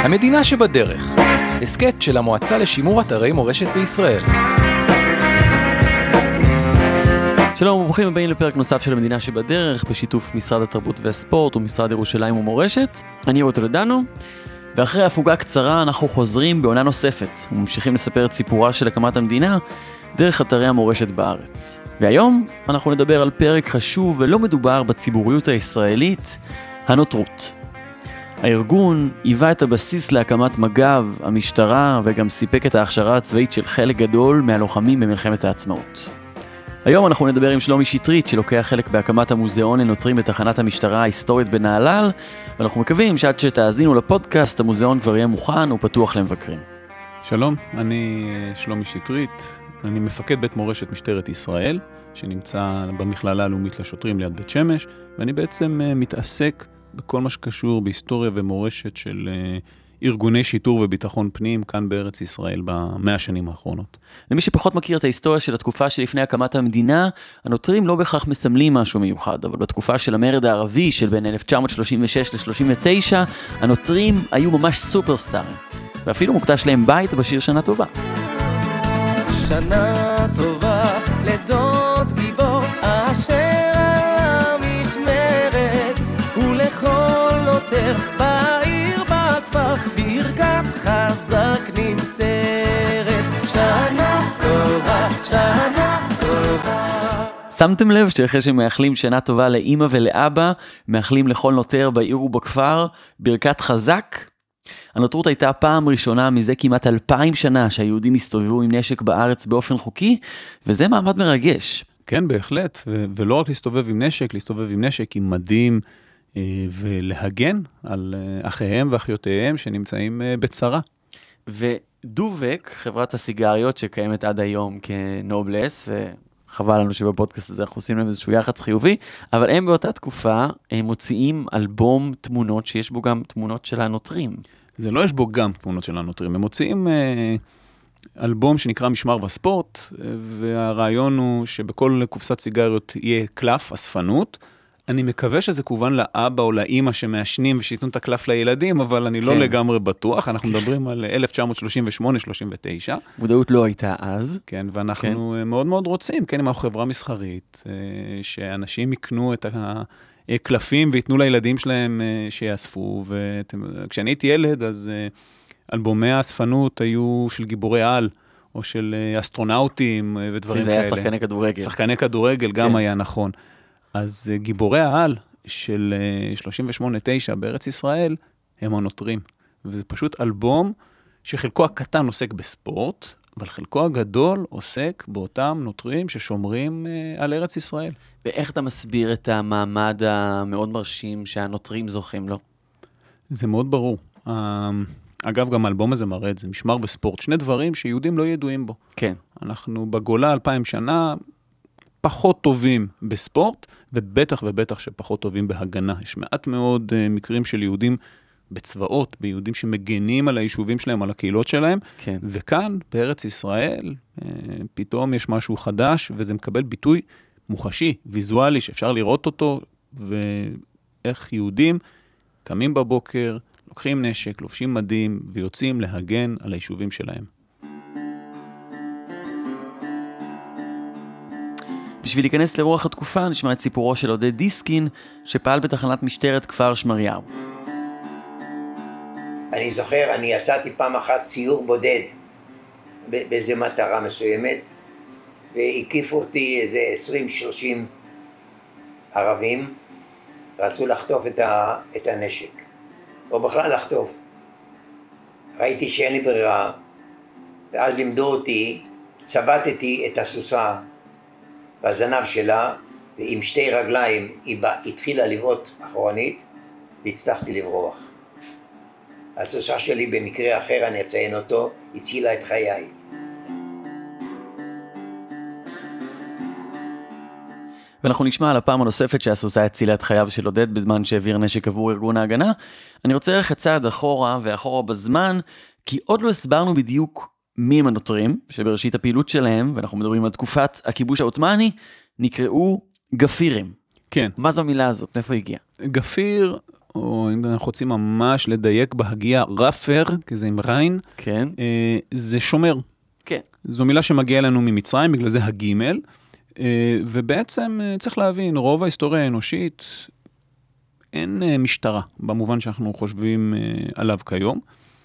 המדינה שבדרך, הסקט של המועצה לשימור אתרי מורשת בישראל. שלום וברוכים הבאים לפרק נוסף של המדינה שבדרך, בשיתוף משרד התרבות והספורט ומשרד ירושלים ומורשת. אני רואה תולדנו, ואחרי הפוגה קצרה אנחנו חוזרים בעונה נוספת, וממשיכים לספר את סיפורה של הקמת המדינה דרך אתרי המורשת בארץ. והיום אנחנו נדבר על פרק חשוב ולא מדובר בציבוריות הישראלית, הנותרות. הארגון היווה את הבסיס להקמת מג"ב, המשטרה, וגם סיפק את ההכשרה הצבאית של חלק גדול מהלוחמים במלחמת העצמאות. היום אנחנו נדבר עם שלומי שטרית, שלוקח חלק בהקמת המוזיאון לנוטרים בתחנת המשטרה ההיסטורית בנהלל, ואנחנו מקווים שעד שתאזינו לפודקאסט, המוזיאון כבר יהיה מוכן ופתוח למבקרים. שלום, אני שלומי שטרית, אני מפקד בית מורשת משטרת ישראל, שנמצא במכללה הלאומית לשוטרים ליד בית שמש, ואני בעצם מתעסק בכל מה שקשור בהיסטוריה ומורשת של ארגוני שיטור וביטחון פנים כאן בארץ ישראל ב100 שנים האחרונות. למי שפחות מכיר את ההיסטוריה של התקופה שלפני הקמת המדינה, הנוטרים לא בכך מסמלים משהו מיוחד, אבל בתקופה של המרד הערבי של בין 1936 ל-39, הנוטרים היו ממש סופרסטארים, ואפילו מוקדש להם בית בשיר שנה טובה. שנה טובה לדוד גיבור אשר על המשמרת ולכל נוטר בעיר בכפר ברכת חזק נמסרת. שנה טובה, שנה טובה. שמתם לב שאחרי שמאחלים שנה טובה לאמא ולאבא, מאחלים לכל נוטר בעיר ובכפר ברכת חזק? הנוטרות הייתה פעם ראשונה מזה כמעט 2000 שנה שהיהודים הסתובבו עם נשק בארץ באופן חוקי, וזה מעמד מרגש. כן, בהחלט, ולא רק להסתובב עם נשק, להסתובב עם נשק, עם מדים, ולהגן על אחיהם ואחיותיהם שנמצאים בצרה. ודובק, חברת הסיגריות שקיימת עד היום כנובלס, וחבל לנו שבפודקאסט הזה אנחנו עושים להם איזשהו יחץ חיובי, אבל הם באותה תקופה הם מוציאים אלבום תמונות שיש בו גם תמונות של הנוטרים. זה לא יש בו גם תמונות של הנוטרים, הם מוציאים אלבום שנקרא משמר וספורט, והרעיון הוא שבכל קופסת סיגריות יהיה קלף, אספנות. אני מקווה שזה כוון לאבא או לאמא שמעשנים ושיתנו את הקלף לילדים, אבל אני לא לגמרי בטוח. אנחנו מדברים על 1938-39. מודעות לא הייתה אז. כן, ואנחנו מאוד מאוד רוצים, כן, עם החברה מסחרית, שאנשים יקנו את הקלפים ויתנו לילדים שלהם שיאספו. וכשאני הייתי ילד, אז אלבומי האספנות היו של גיבורי על, או של אסטרונאוטים ודברים כאלה. זה היה שחקני כדורגל. שחקני כדורגל גם היה נכון. אז גיבורי העל של 38-9 בארץ ישראל הם הנוטרים. וזה פשוט אלבום שחלקו הקטן עוסק בספורט, אבל חלקו הגדול עוסק באותם נוטרים ששומרים על ארץ ישראל. ואיך אתה מסביר את המעמד המאוד מרשים שהנוטרים זוכים לו? זה מאוד ברור. אגב, גם האלבום הזה מראה את זה, משמר וספורט. שני דברים שיהודים לא ידועים בו. כן. אנחנו בגולה 2000 שנה פחות טובים בספורט, ובטח ובטח שפחות טובים בהגנה. יש מעט מאוד מקרים של יהודים בצבאות, ביהודים שמגנים על היישובים שלהם, על הקהילות שלהם, כן. וכאן, בארץ ישראל, פתאום יש משהו חדש, וזה מקבל ביטוי מוחשי, ויזואלי, שאפשר לראות אותו, ואיך יהודים קמים בבוקר, לוקחים נשק, לובשים מדים, ויוצאים להגן על היישובים שלהם. בשביל להיכנס לרוח התקופה, נשמע את סיפורו של עודד דיסקין, שפעל בתחנת משטרת כפר שמריהו. אני זוכר, אני יצאתי פעם אחת סיור בודד, באיזה מטרה מסוימת, והקיפו אותי איזה 20-30 ערבים, רצו לחטוף את הנשק, או בכלל לחטוף. ראיתי שאין לי ברירה, ואז לימדו אותי, צבטתי את הסוסה, בזנב שלה, ועם שתי רגליים היא התחילה לבעוט אחורנית, והצלחתי לברוח. הסוסה שלי במקרה אחר, אני אציין אותו, הצילה את חיי. ואנחנו נשמע על הפעם הנוספת שהסוסה הצילה את חייו של עודד בזמן שהעביר נשק עבור ארגון ההגנה. אני רוצה ללכת צעד אחורה ואחורה בזמן, כי עוד לא הסברנו בדיוק מי הם הנוטרים, שבראשית הפעילות שלהם, ואנחנו מדברים על תקופת הכיבוש העות'מאני, נקראו גפירים. כן. מה זו המילה הזאת? מאיפה הגיעה? גפיר או אם אנחנו רוצים ממש לדייק בהגייה, רפר, כי זה עם ריין, כן. זה שומר. כן. זו מילה שמגיעה לנו ממצרים, בגלל זה הגימל, ובעצם צריך להבין, רוב ההיסטוריה האנושית, אין משטרה, במובן שאנחנו חושבים עליו כיום,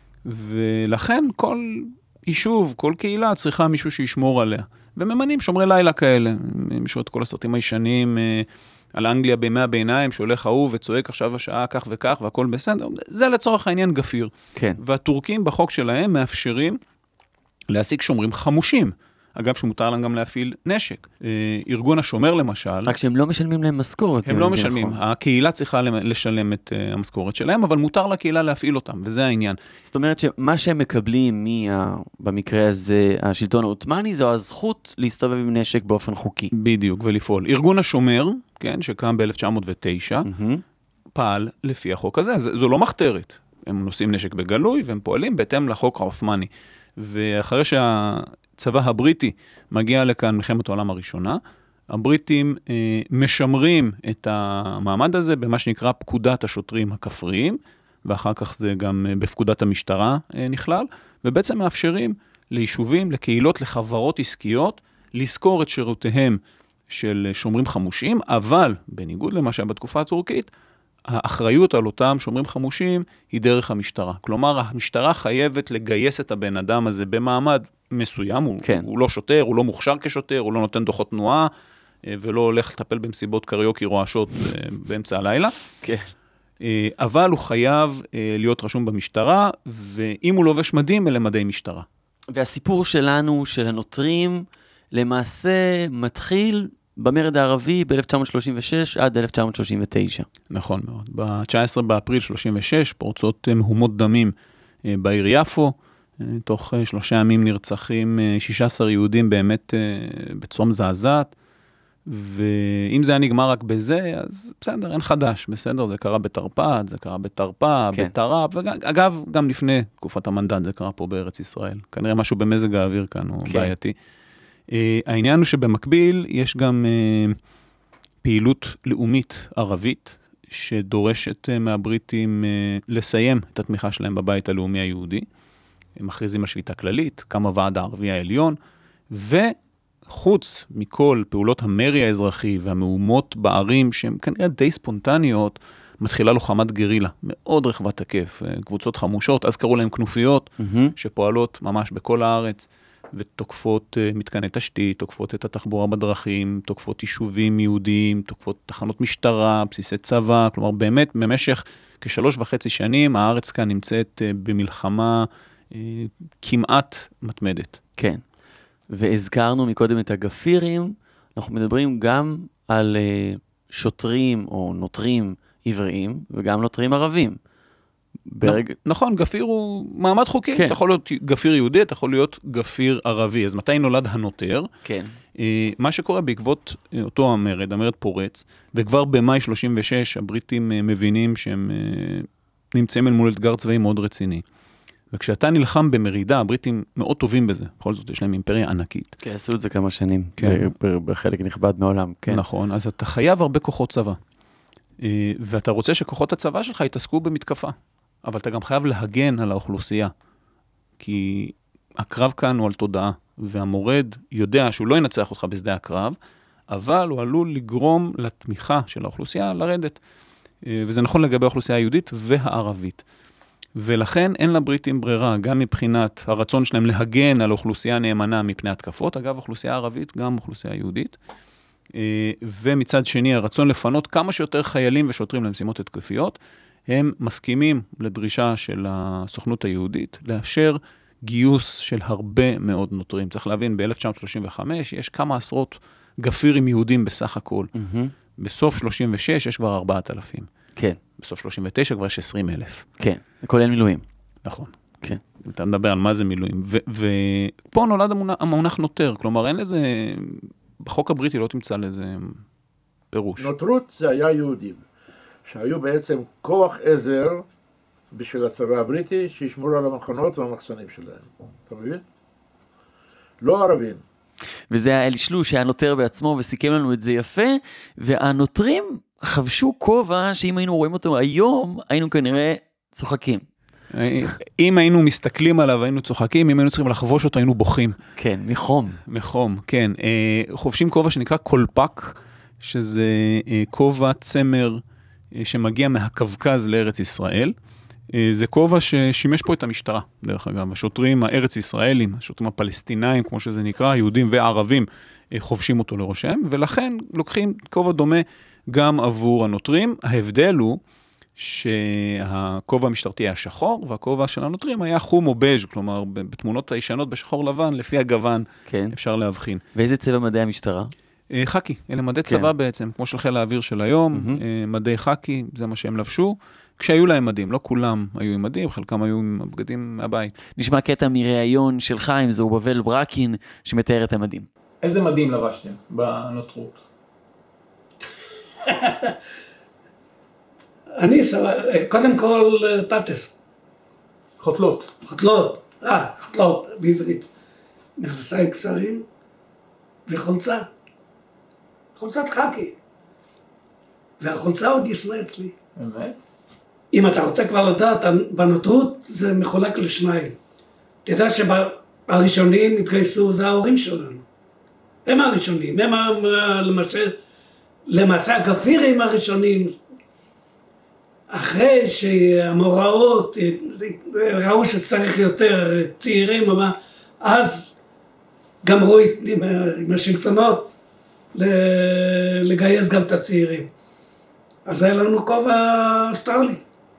ולכן כל יישוב, כל קהילה צריכה מישהו שישמור עליה, וממנים שומרי לילה כאלה, משהו את כל הסרטים הישנים, על אנגליה בימי הביניים, שהולך אהוב וצועק עכשיו השעה כך וכך, והכל בסדר, זה לצורך העניין גפיר. כן. והטורקים בחוק שלהם מאפשרים להשיג שומרים חמושים, אגב, שמותר להם גם להפעיל נשק. ארגון השומר למשל... רק שהם לא משלמים להם משכורת. הם לא משלמים. הקהילה צריכה לשלם את המשכורת שלהם, אבל מותר לקהילה להפעיל אותם, וזה העניין. זאת אומרת שמה שהם מקבלים במקרה הזה, השלטון העות'מאני, זו הזכות להסתובב עם נשק באופן חוקי. בדיוק, ולפעול. ארגון השומר, כן, שקם ב-1909, פעל לפי החוק הזה. זו לא מחתרת. הם נושאים נשק בגלוי, והם פועלים בהתאם לחוק העות'מאני. ואחרי הצבא הבריטי מגיע לכאן מלחמת העולם הראשונה, הבריטים משמרים את המעמד הזה במה שנקרא פקודת השוטרים הכפריים, ואחר כך זה גם בפקודת המשטרה נכלל, ובעצם מאפשרים ליישובים, לקהילות, לחברות עסקיות, לזכור את שירותיהם של שומרים חמושים, אבל בניגוד למה שהיה בתקופה הטורקית, האחריות על אותם שומרים חמושים היא דרך המשטרה. כלומר, המשטרה חייבת לגייס את הבן אדם הזה במעמד מסוים, כן. הוא לא שוטר, הוא לא מוכשר כשוטר, הוא לא נותן דוחות תנועה, ולא הולך לטפל במסיבות קריוקי רועשות באמצע הלילה. כן. אבל הוא חייב להיות רשום במשטרה, ואם הוא לובש מדים, אלה מדי משטרה. והסיפור שלנו, של הנוטרים, למעשה מתחיל במרד הערבי ב-1936 עד 1939. נכון מאוד. ב-19 באפריל 36 פורצות מהומות דמים בעיר יפו, תוך 3 ימים נרצחים 16 יהודים באמת בצורה מזעזעת, ואם זה היה נגמר רק בזה, אז בסדר, אין חדש, בסדר, זה קרה בתרפ"ט, זה קרה בתרפ"א, כן. בתר"פ, ואגב, גם לפני תקופת המנדט זה קרה פה בארץ ישראל. כנראה משהו במזג האוויר כאן הוא כן. בעייתי. העניין הוא שבמקביל יש גם פעילות לאומית ערבית, שדורשת מהבריטים לסיים את התמיכה שלהם בבית הלאומי היהודי. הם מכריזים על שביתה כללית, קם הוועד הערבי העליון, וחוץ מכל פעולות המרי האזרחי והמהומות בערים, שהן כנראה די ספונטניות, מתחילה לוחמת גרילה, מאוד רחבת היקף, קבוצות חמושות, אז קראו להם כנופיות, שפועלות ממש בכל הארץ, ותוקפות מתקני תשתית, תוקפות את התחבורה בדרכים, תוקפות יישובים יהודיים, תוקפות תחנות משטרה, בסיסי צבא, כלומר באמת במשך כ3.5 שנים הארץ כאן נמצאת במלחמה כמעט מתמדת. כן, והזכרנו מקודם את הגפירים, אנחנו מדברים גם על שוטרים או נוטרים עבריים וגם נוטרים ערבים. נכון, גפיר הוא מעמד חוקי, כן. אתה יכול להיות גפיר יהודי, אתה יכול להיות גפיר ערבי, אז מתי נולד הנוטר? כן. מה שקורה בעקבות אותו המרד פורץ, וכבר במאי 36 הבריטים מבינים שהם נמצאים אל מול אתגר צבאי מאוד רציני. וכשאתה נלחם במרידה, הבריטים מאוד טובים בזה, בכל זאת יש להם אימפריה ענקית. כן, עשו את זה כמה שנים, כן. בחלק נכבד מעולם, כן. נכון, אז אתה חייב הרבה כוחות צבא, ואתה רוצה שכוחות הצבא שלך יתעסקו במתקפה. אבל אתה גם חייב להגן על האוכלוסייה, כי הקרב כאן הוא על תודעה, והמורד יודע שהוא לא ינצח אותך בשדה הקרב, אבל הוא עלול לגרום לתמיכה של האוכלוסייה לרדת. וזה נכון לגבי האוכלוסייה היהודית והערבית. ולכן אין לבריטים ברירה, גם מבחינת הרצון שלהם להגן על אוכלוסייה נאמנה מפני התקפות, אגב, אוכלוסייה ערבית, גם אוכלוסייה יהודית, ומצד שני, הרצון לפנות כמה שיותר חיילים ושוטרים למשימות התקפיות, הם מסכימים לדרישה של הסוכנות היהודית, לאשר גיוס של הרבה מאוד נוטרים. צריך להבין, ב-1935 יש כמה עשרות גפירים יהודים בסך הכל. בסוף 36 יש כבר 4,000. כן. בסוף 39 כבר יש 20,000. כן, כולל מילואים. נכון. כן. אתה מדבר על מה זה מילואים. ופה נולד המונח נוטר, כלומר אין לזה, בחוק הבריטי לא תמצא לזה פירוש. נוטרות זה היה יהודים, שהיו בעצם כוח עזר בשביל הצבא הבריטי, שישמרו על המחנות והמחסנים שלהם. אתה מבין? לא ערבים. וזה היה אלי שלוש, שהיה נוטר בעצמו וסיכם לנו את זה יפה, והנוטרים חבשו כובע שאם היינו רואים אותו היום, היינו כנראה צוחקים. אם היינו מסתכלים עליו, היינו צוחקים, אם היינו צריכים לחבוש אותו, היינו בוכים. כן, מחום. מחום, כן. חובשים כובע שנקרא קולפק, שזה כובע צמר שמגיע מהקווקז לארץ ישראל. זה כובע ששימש פה את המשטרה, דרך אגב. השוטרים הארץ ישראלים, השוטרים הפלסטינאים, כמו שזה נקרא, יהודים וערבים, חובשים אותו לראשם, ולכן לוקחים כובע דומה גם עבור הנוטרים. ההבדל הוא שהכובע המשטרתי היה שחור, והכובע של הנוטרים היה חום או בז', כלומר, בתמונות הישנות בשחור לבן, לפי הגוון, כן. אפשר להבחין. ואיזה צבע מדי המשטרה? חקי, אלה מדי צבא בעצם, כמו של חיל האוויר של היום, מדי חקי, זה מה שהם לבשו, כשהיו להם מדים, לא כולם היו עם מדים, חלקם היו עם הבגדים מהבית. נשמע קטע מראיון שלך עם זרובבל ברקין, שמתאר את המדים. איזה מדים לבשתם בנוטרות? אני, קודם כל, טטס. חוטלות. חוטלות, בעברית. מכנסיים קצרים וחולצה. חולצת חקי. והחולצה עוד ישנה אצלי. באמת? אם אתה רוצה כבר לדעת, בנוטרות זה מחולק לשניים. תדע שהראשונים התגייסו, זה ההורים שלנו. הם הראשונים, הם למעשה הגפירים הראשונים. אחרי שהמוראות ראו שצריך יותר צעירים, אז גמרו עם השלטונות לגייס גם את הצעירים. אז היה לנו כובע אוסטרלי.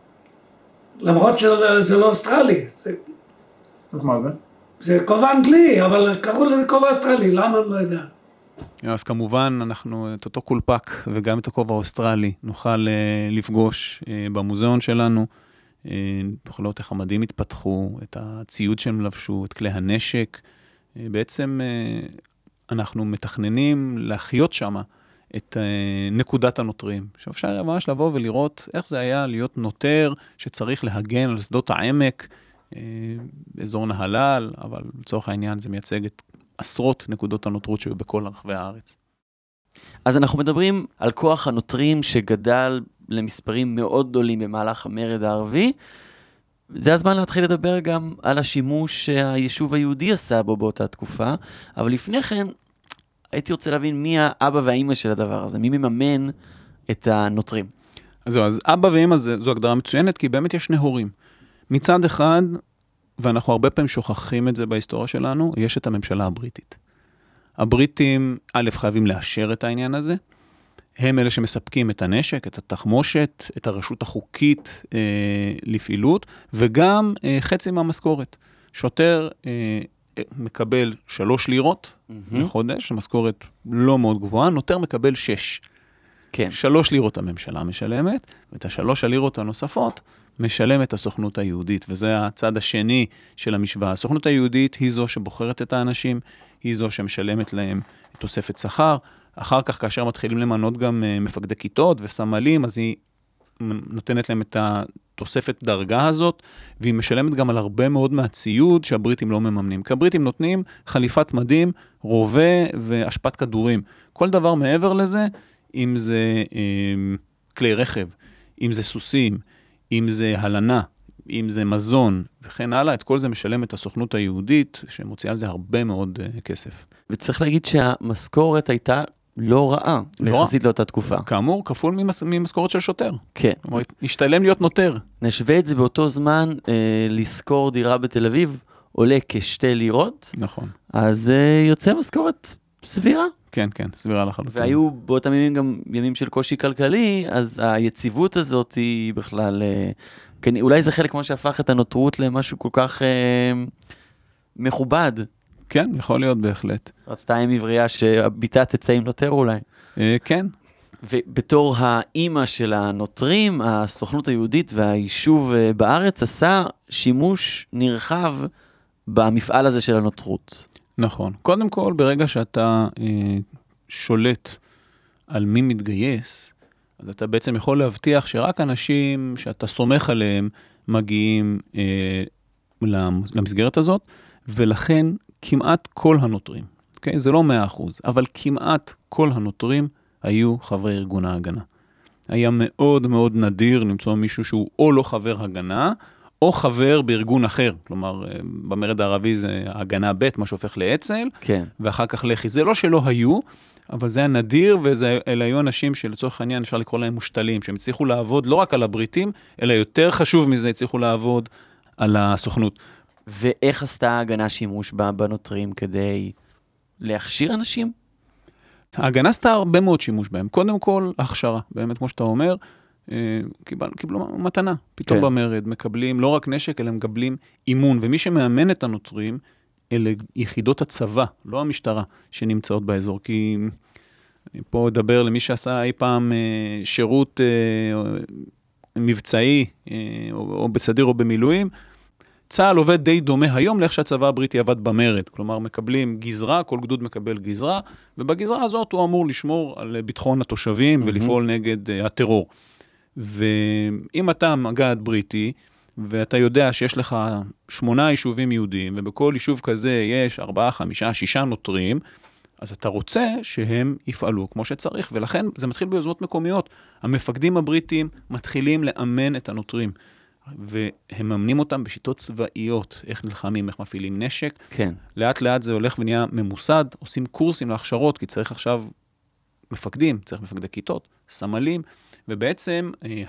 למרות שזה לא אוסטרלי. אז מה זה? זה כובע אנגלי, אבל קראו לזה כובע אוסטרלי, למה אני לא יודע. אז כמובן אנחנו את אותו קולפק וגם את הכובע האוסטרלי נוכל לפגוש במוזיאון שלנו, נוכל לראות איך המדים התפתחו, את הציוד שהם לבשו, את כלי הנשק. בעצם אנחנו מתכננים להחיות שם את נקודת הנוטרים. שאפשר ממש לבוא ולראות איך זה היה להיות נוטר שצריך להגן על שדות העמק, אזור נהלל, אבל לצורך העניין זה מייצג את עשרות נקודות הנוטרות שהיו בכל רחבי הארץ. אז אנחנו מדברים על כוח הנוטרים שגדל למספרים מאוד גדולים במהלך המרד הערבי. זה הזמן להתחיל לדבר גם על השימוש שהיישוב היהודי עשה בו באותה תקופה, אבל לפני כן הייתי רוצה להבין מי האבא והאמא של הדבר הזה, מי מממן את הנוטרים. אז אבא ואמא זו הגדרה מצוינת, כי באמת יש שני הורים. מצד אחד, ואנחנו הרבה פעמים שוכחים את זה בהיסטוריה שלנו, יש את הממשלה הבריטית. הבריטים, א', חייבים לאשר את העניין הזה, הם אלה שמספקים את הנשק, את התחמושת, את הרשות החוקית לפעילות, וגם חצי מהמשכורת. שוטר מקבל 3 לירות לחודש, משכורת לא מאוד גבוהה, נוטר מקבל 6. כן. 3 לירות הממשלה משלמת, ואת 3 הלירות הנוספות משלמת הסוכנות היהודית, וזה הצד השני של המשוואה. הסוכנות היהודית היא זו שבוחרת את האנשים, היא זו שמשלמת להם תוספת שכר, אחר כך כאשר מתחילים למנות גם מפקדי כיתות וסמלים, אז היא נותנת להם את התוספת דרגה הזאת, והיא משלמת גם על הרבה מאוד מהציוד שהבריטים לא מממנים. כי הבריטים נותנים חליפת מדים, רובה והשפעת כדורים. כל דבר מעבר לזה, אם זה כלי רכב, אם זה סוסים, אם זה הלנה, אם זה מזון וכן הלאה, את כל זה משלמת הסוכנות היהודית, שמוציאה על זה הרבה מאוד כסף. וצריך להגיד שהמשכורת הייתה לא רעה, יחסית לאותה תקופה. כאמור, כפול ממשכורת של שוטר. כן. כלומר, השתלם להיות נוטר. נשווה את זה באותו זמן, לשכור דירה בתל אביב, עולה כ2 לירות. נכון. אז יוצא משכורת סבירה. כן, כן, סבירה לחלוטין. והיו באותם ימים גם ימים של קושי כלכלי, אז היציבות הזאת היא בכלל, אולי זה חלק מה שהפך את הנוטרות למשהו כל כך מכובד. כן, יכול להיות בהחלט. רצתה עם עברייה שהביטה תצא עם נוטר אולי. כן. ובתור האימא של הנוטרים, הסוכנות היהודית והיישוב בארץ עשה שימוש נרחב במפעל הזה של הנוטרות. נכון. קודם כל, ברגע שאתה שולט על מי מתגייס, אז אתה בעצם יכול להבטיח שרק אנשים שאתה סומך עליהם מגיעים למסגרת הזאת, ולכן כמעט כל הנוטרים, okay? זה לא 100%, אבל כמעט כל הנוטרים היו חברי ארגון ההגנה. היה מאוד מאוד נדיר למצוא מישהו שהוא או לא חבר הגנה, או חבר בארגון אחר. כלומר, במרד הערבי זה הגנה ב', מה שהופך לאצ"ל, כן. ואחר כך לח"י. זה לא שלא היו, אבל זה היה נדיר, ואלה היו אנשים שלצורך העניין אפשר לקרוא להם מושתלים, שהם הצליחו לעבוד לא רק על הבריטים, אלא יותר חשוב מזה, הצליחו לעבוד על הסוכנות. ואיך עשתה ההגנה שימוש בנוטרים כדי להכשיר אנשים? ההגנה עשתה הרבה מאוד שימוש בהם. קודם כל, הכשרה. באמת, כמו שאתה אומר, קיבלו מתנה. פתאום כן. במרד מקבלים לא רק נשק, אלא מקבלים אימון. ומי שמאמן את הנוטרים, אלה יחידות הצבא, לא המשטרה, שנמצאות באזור. כי אני פה אדבר למי שעשה אי פעם שירות מבצעי, או בסדיר או במילואים, צה"ל עובד די דומה היום לאיך שהצבא הבריטי עבד במרד. כלומר, מקבלים גזרה, כל גדוד מקבל גזרה, ובגזרה הזאת הוא אמור לשמור על ביטחון התושבים ולפעול נגד הטרור. ואם אתה מג"ד בריטי, ואתה יודע שיש לך 8 יישובים יהודיים, ובכל יישוב כזה יש 4, 5, 6 נוטרים, אז אתה רוצה שהם יפעלו כמו שצריך, ולכן זה מתחיל ביוזמות מקומיות. המפקדים הבריטים מתחילים לאמן את הנוטרים. והם ממנים אותם בשיטות צבאיות, איך נלחמים, איך מפעילים נשק. כן. לאט לאט זה הולך ונהיה ממוסד, עושים קורסים להכשרות, כי צריך עכשיו מפקדים, צריך מפקדי כיתות, סמלים, ובעצם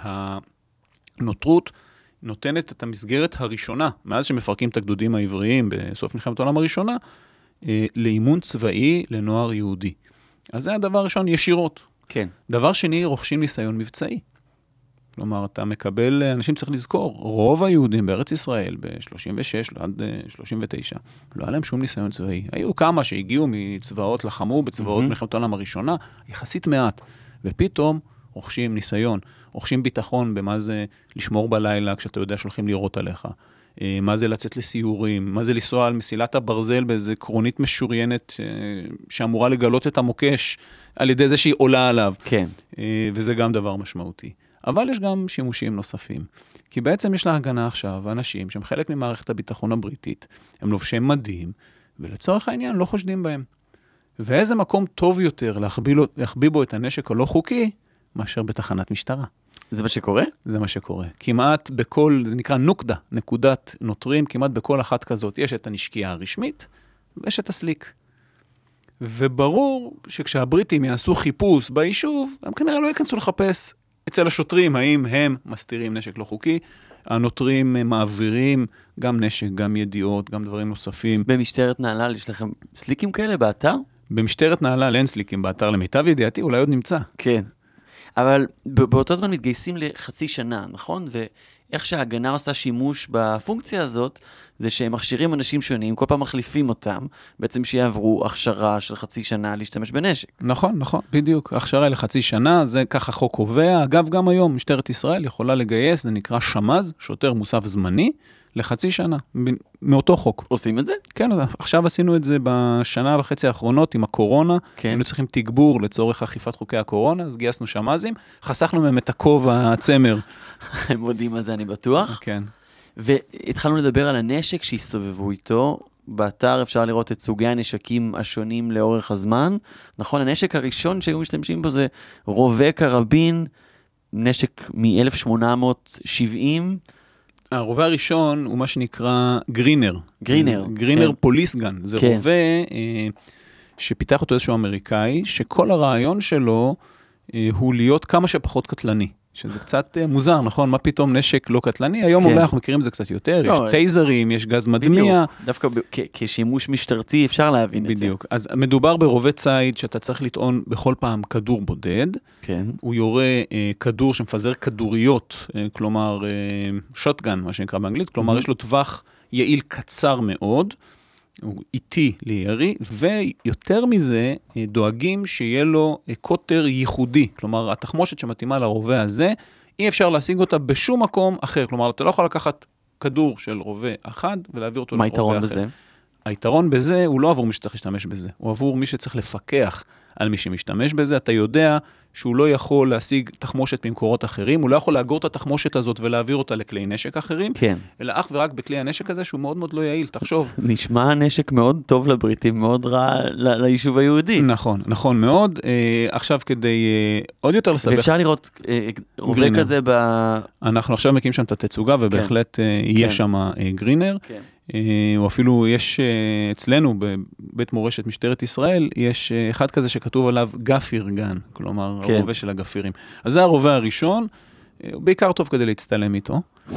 הנוטרות נותנת את המסגרת הראשונה, מאז שמפרקים את הגדודים העבריים בסוף מלחמת העולם הראשונה, לאימון צבאי לנוער יהודי. אז זה הדבר הראשון, ישירות. כן. דבר שני, רוכשים ניסיון מבצעי. כלומר, אתה מקבל, אנשים צריך לזכור, רוב היהודים בארץ ישראל, ב-36 עד 39, לא היה להם שום ניסיון צבאי. היו כמה שהגיעו מצבאות, לחמו בצבאות מלחמת העולם הראשונה, יחסית מעט. ופתאום רוכשים ניסיון, רוכשים ביטחון במה זה לשמור בלילה כשאתה יודע שהולכים לירות עליך. מה זה לצאת לסיורים, מה זה לנסוע על מסילת הברזל באיזה קרונית משוריינת שאמורה לגלות את המוקש על ידי זה שהיא עולה עליו. כן. וזה גם דבר משמעותי. אבל יש גם שימושים נוספים. כי בעצם יש להגנה עכשיו אנשים שהם חלק ממערכת הביטחון הבריטית, הם לובשים מדים, ולצורך העניין לא חושדים בהם. ואיזה מקום טוב יותר להחביא בו את הנשק הלא חוקי, מאשר בתחנת משטרה. זה מה שקורה? זה מה שקורה. כמעט בכל, זה נקרא נוקדה, נקודת נוטרים, כמעט בכל אחת כזאת יש את הנשקייה הרשמית, ויש את הסליק. וברור שכשהבריטים יעשו חיפוש ביישוב, הם כנראה לא ייכנסו לחפש אצל השוטרים, האם הם מסתירים נשק לא חוקי, הנוטרים מעבירים גם נשק, גם ידיעות, גם דברים נוספים. במשטרת נהלל יש לכם סליקים כאלה באתר? במשטרת נהלל אין סליקים באתר, למיטב ידיעתי, אולי עוד נמצא. כן. אבל באותו זמן מתגייסים לחצי שנה, נכון? ואיך שההגנה עושה שימוש בפונקציה הזאת, זה שהם מכשירים אנשים שונים, כל פעם מחליפים אותם, בעצם שיעברו הכשרה של חצי שנה להשתמש בנשק. נכון, נכון, בדיוק. הכשרה לחצי שנה, זה ככה חוק קובע. אגב, גם היום משטרת ישראל יכולה לגייס, זה נקרא שמז, שוטר מוסף זמני, לחצי שנה, מאותו חוק. עושים את זה? כן, עכשיו עשינו את זה בשנה וחצי האחרונות עם הקורונה, כן. היינו צריכים תגבור לצורך אכיפת חוקי הקורונה, אז גייסנו שמזים, חסכנו מהם את הכובע הצמר. הם מודים על זה, אני בטוח. כן. והתחלנו לדבר על הנשק שהסתובבו איתו. באתר אפשר לראות את סוגי הנשקים השונים לאורך הזמן. נכון, הנשק הראשון שהיו משתמשים בו זה רובה קרבין, נשק מ-1870. הרובה הראשון הוא מה שנקרא גרינר. גרינר. גרינר כן. פוליסגן. זה כן. רובה שפיתח אותו איזשהו אמריקאי, שכל הרעיון שלו הוא להיות כמה שפחות קטלני. שזה קצת מוזר, נכון? מה פתאום נשק לא קטלני? היום אולי אנחנו מכירים את זה קצת יותר, יש טייזרים, יש גז מדמיע. דווקא כשימוש משטרתי אפשר להבין את זה. בדיוק. אז מדובר ברובה ציד שאתה צריך לטעון בכל פעם כדור בודד. כן. הוא יורה כדור שמפזר כדוריות, כלומר שוטגן, מה שנקרא באנגלית, כלומר יש לו טווח יעיל קצר מאוד, הוא איטי לירי, ויותר מזה דואגים שיהיה לו קוטר ייחודי, כלומר התחמושת שמתאימה לרובה הזה, אי אפשר להשיג אותה בשום מקום אחר, כלומר אתה לא יכול לקחת כדור של רובה אחד ולהעביר אותו לרובה אחר. מה היתרון בזה? היתרון בזה הוא לא עבור מי שצריך להשתמש בזה, הוא עבור מי שצריך לפקח על מי שמשתמש בזה, אתה יודע שהוא לא יכול להשיג תחמושת ממקורות אחרים, הוא לא יכול לאגור את התחמושת הזאת ולהעביר אותה לכלי נשק אחרים, כן. אלא אך ורק בכלי הנשק הזה שהוא מאוד מאוד לא יעיל, תחשוב. נשמע נשק מאוד טוב לבריטים, מאוד רע ליישוב היהודי. נכון, נכון מאוד. עכשיו כדי עוד יותר לסבך. ואפשר לראות רובה כזה אנחנו עכשיו מקים שם את התצוגה, ובהחלט יהיה שם גרינר. או אפילו יש אצלנו בבית מורשת משטרת ישראל, יש אחד כזה שכתוב עליו גפיר גן, כלומר הרובה של הגפירים. אז זה הרובה הראשון, בעיקר טוב כדי להצטלם איתו.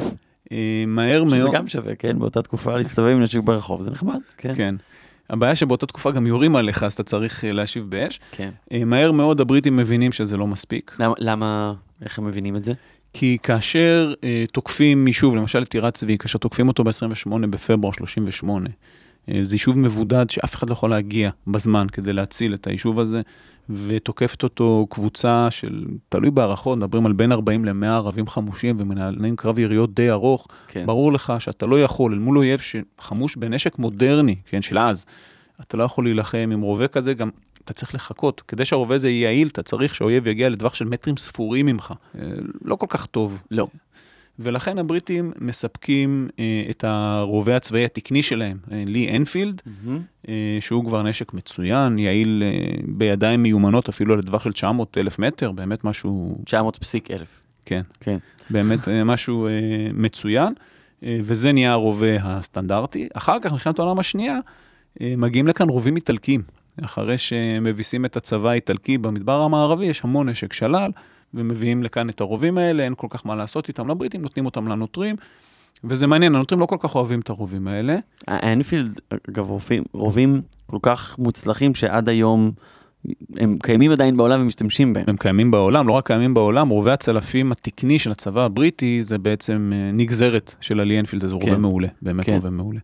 מהר מאוד. שזה גם שווה, כן? באותה תקופה להסתובב עם נשק ברחוב, זה נחמד. כן. הבעיה שבאותה תקופה גם יורים עליך, אז אתה צריך להשיב באש. כן. מהר מאוד הבריטים מבינים שזה לא מספיק. למה, איך הם מבינים את זה? כי כאשר תוקפים יישוב, למשל את טירת צבי, כאשר תוקפים אותו ב-28 בפברואר 38, זה יישוב מבודד שאף אחד לא יכול להגיע בזמן כדי להציל את היישוב הזה, ותוקפת אותו קבוצה של, תלוי בערכות, מדברים על בין 40 ל-100 ערבים חמושים, ומנהלים קרב יריות די ארוך, כן. ברור לך שאתה לא יכול, אל מול אויב שחמוש בנשק מודרני, כן, של אז, אתה לא יכול להילחם עם רובה כזה, גם אתה צריך לחכות. כדי שהרובה הזה יהיה יעיל, אתה צריך שהאויב יגיע לטווח של מטרים ספורים ממך. לא כל כך טוב. לא. ולכן הבריטים מספקים את הרובה הצבאי התקני שלהם, לי אנפילד, שהוא כבר נשק מצוין, יעיל בידיים מיומנות, אפילו לטווח של 900,000 מטר, באמת משהו... 900,000. כן, כן. באמת משהו מצוין, וזה נהיה הרובה הסטנדרטי. אחר כך, מלחמת העולם השנייה, מגיעים לכאן רובים איטלקים. אחרי שמביסים את הצבא האיטלקי במדבר המערבי, יש המון נשק שלל, ומביאים לכאן את הרובים האלה, אין כל כך מה לעשות איתם לבריטים, נותנים אותם לנוטרים, וזה מעניין, הנוטרים לא כל כך אוהבים את הרובים האלה. האנפילד, אגב, רובים כל כך מוצלחים שעד היום הם קיימים עדיין בעולם ומשתמשים בהם. הם קיימים בעולם, לא רק קיימים בעולם, רובי הצלפים התקני של הצבא הבריטי, זה בעצם נגזרת של הלי אנפילד, זה רובה מעולה, באמת רובה מעולה.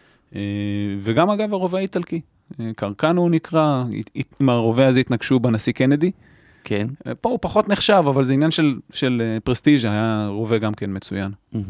וגם אגב הרובה האיטלקי. קרקנו הוא נקרא, עם הרובה הזה התנגשו בנשיא קנדי. כן. פה הוא פחות נחשב, אבל זה עניין של פרסטיג'ה, היה רובה גם כן מצוין.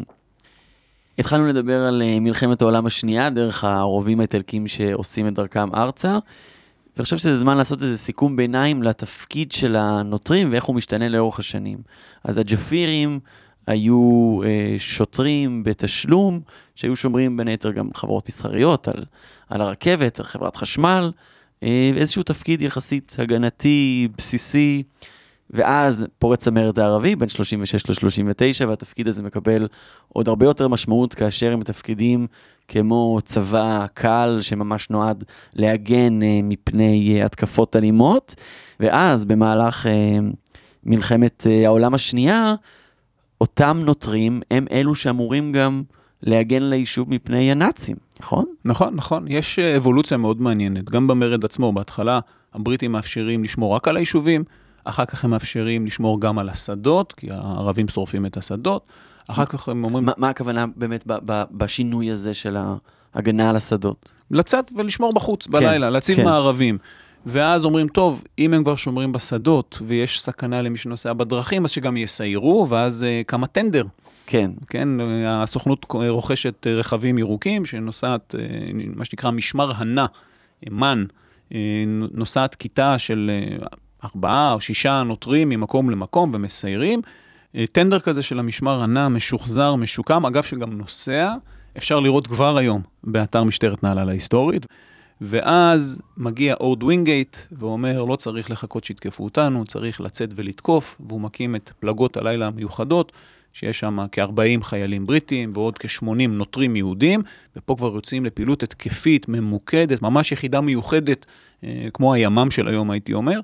התחלנו לדבר על מלחמת העולם השנייה, דרך הרובים האיטלקים שעושים את דרכם ארצה, ואני חושב שזה זמן לעשות איזה סיכום ביניים לתפקיד של הנוטרים, ואיך הוא משתנה לאורך השנים. אז הג'פירים היו שוטרים בתשלום, שהיו שומרים בין היתר גם חברות מסחריות על הרכבת, על חברת חשמל, איזשהו תפקיד יחסית הגנתי, בסיסי, ואז פורץ המרד הערבי, בין 36 ל-39, והתפקיד הזה מקבל עוד הרבה יותר משמעות, כאשר הם מתפקידים כמו צבא קל, שממש נועד להגן מפני התקפות אלימות, ואז במהלך מלחמת העולם השנייה, אותם נוטרים הם אלו שאמורים גם להגן ליישוב מפני הנאצים, נכון? נכון, נכון. יש אבולוציה מאוד מעניינת. גם במרד עצמו, בהתחלה, הבריטים מאפשרים לשמור רק על היישובים, אחר כך הם מאפשרים לשמור גם על השדות, כי הערבים שורפים את השדות, אחר כך הם אומרים... מה הכוונה באמת בשינוי הזה של ההגנה על השדות? לצאת ולשמור בחוץ בלילה, להציב מערבים. ואז אומרים, טוב, אם הם כבר שומרים בשדות, ויש סכנה למי שנוסע בדרכים, אז שגם יסיירו, ואז כמה טנדר. כן. כן, הסוכנות רוכשת רכבים ירוקים, שנוסעת, מה שנקרא משמר הנה, מן, נוסעת כיתה של 4 או 6 נוטרים ממקום למקום ומסיירים, טנדר כזה של המשמר הנה, משוחזר, משוקם, אגב שגם נוסע, אפשר לראות כבר היום באתר משטרת נהלל ההיסטורית, ואז מגיע אורד וינגייט ואומר, לא צריך לחכות שיתקפו אותנו, צריך לצאת ולתקוף, והוא מקים את פלגות הלילה המיוחדות, שיש שם כ-40 חיילים בריטים ועוד כ-80 נוטרים יהודים, ופה כבר יוצאים לפעילות התקפית, ממוקדת, ממש יחידה מיוחדת, כמו הימ"מ של היום הייתי אומר,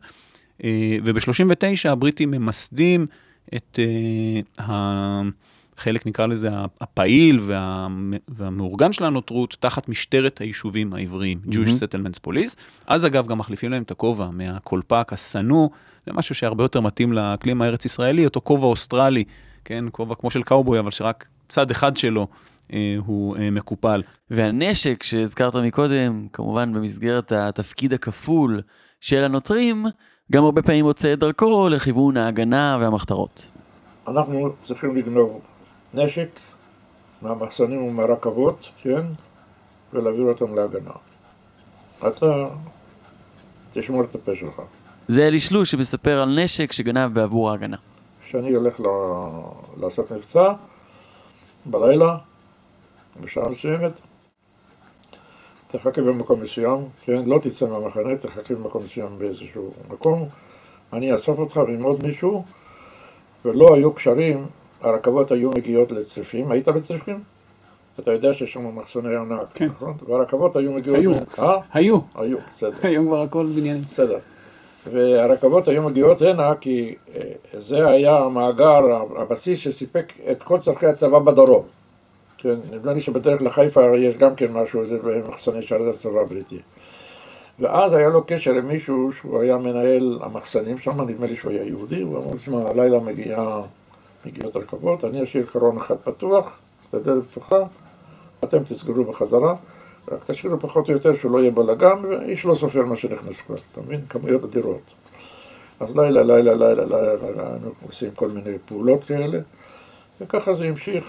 וב-39 הבריטים ממסדים את חלק נקרא לזה הפעיל והמאורגן של הנוטרות תחת משטרת היישובים העבריים, Jewish Settlements Police. אז אגב גם מחליפים להם את הכובע מהקולפק הסנוע, זה משהו שהרבה יותר מתאים לאקלים הארץ ישראלי, אותו כובע אוסטרלי, כן, כובע כמו של קאובוי, אבל שרק צד אחד שלו הוא מקופל. והנשק שהזכרת מקודם, כמובן במסגרת התפקיד הכפול של הנוטרים, גם הרבה פעמים מוצא את דרכו לכיוון ההגנה והמחתרות. אנחנו צריכים לגנוב נשק מהמחסנים ומהרכבות, כן? ולהעביר אותם להגנה. אתה תשמור את הפה שלך. זה אלי שלוש שמספר על נשק שגנב בעבור ההגנה. כשאני הולך לעשות מבצע, בלילה, בשעה מסוימת, תחכה במקום מסוים, כן? לא תצא מהמחנה, תחכה במקום מסוים באיזשהו מקום, אני אאסוף אותך ועם עוד מישהו, ולא היו קשרים, הרכבות היו מגיעות לצריפים. היית בצריפים? אתה יודע שיש שם מחסני ענק, כן. נכון? והרכבות היו מגיעות... היו, בסדר. היום כבר הכל בניינים. בסדר. והרכבות היו מגיעות הנה כי זה היה המאגר, הבסיס שסיפק את כל צרכי הצבא בדרום. כן, נדמה לי שבדרך לחיפה יש גם כן משהו, זה במחסני של הצבא הבריטי. ואז היה לו קשר עם מישהו שהוא היה מנהל המחסנים שם, נדמה לי שהוא היה יהודי, הוא אמר, שמע, הלילה מגיעות רכבות, אני אשאיר קרון אחד פתוח, את הדלת פתוחה, אתם תסגרו בחזרה, רק תשאירו פחות או יותר שהוא לא יהיה בלגן, ואיש לא סופר מה שנכנס כבר, אתה מבין? כמויות אדירות. אז לילה, אנחנו עושים כל מיני פעולות כאלה, וככה זה המשיך.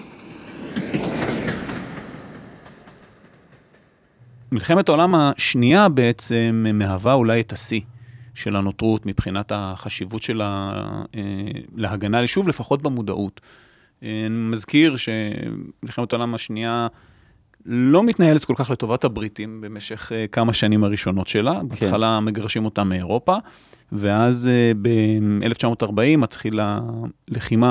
מלחמת העולם השנייה בעצם מהווה אולי את השיא של הנותרות מבחינת החשיבות שלה להגנה לשוב, לפחות במודעות. אני מזכיר שמלחמת העולם השנייה לא מתנהלת כל כך לטובת הבריטים במשך כמה שנים הראשונות שלה. בהתחלה מגרשים אותם מאירופה, ואז ב-1940 מתחילה לחימה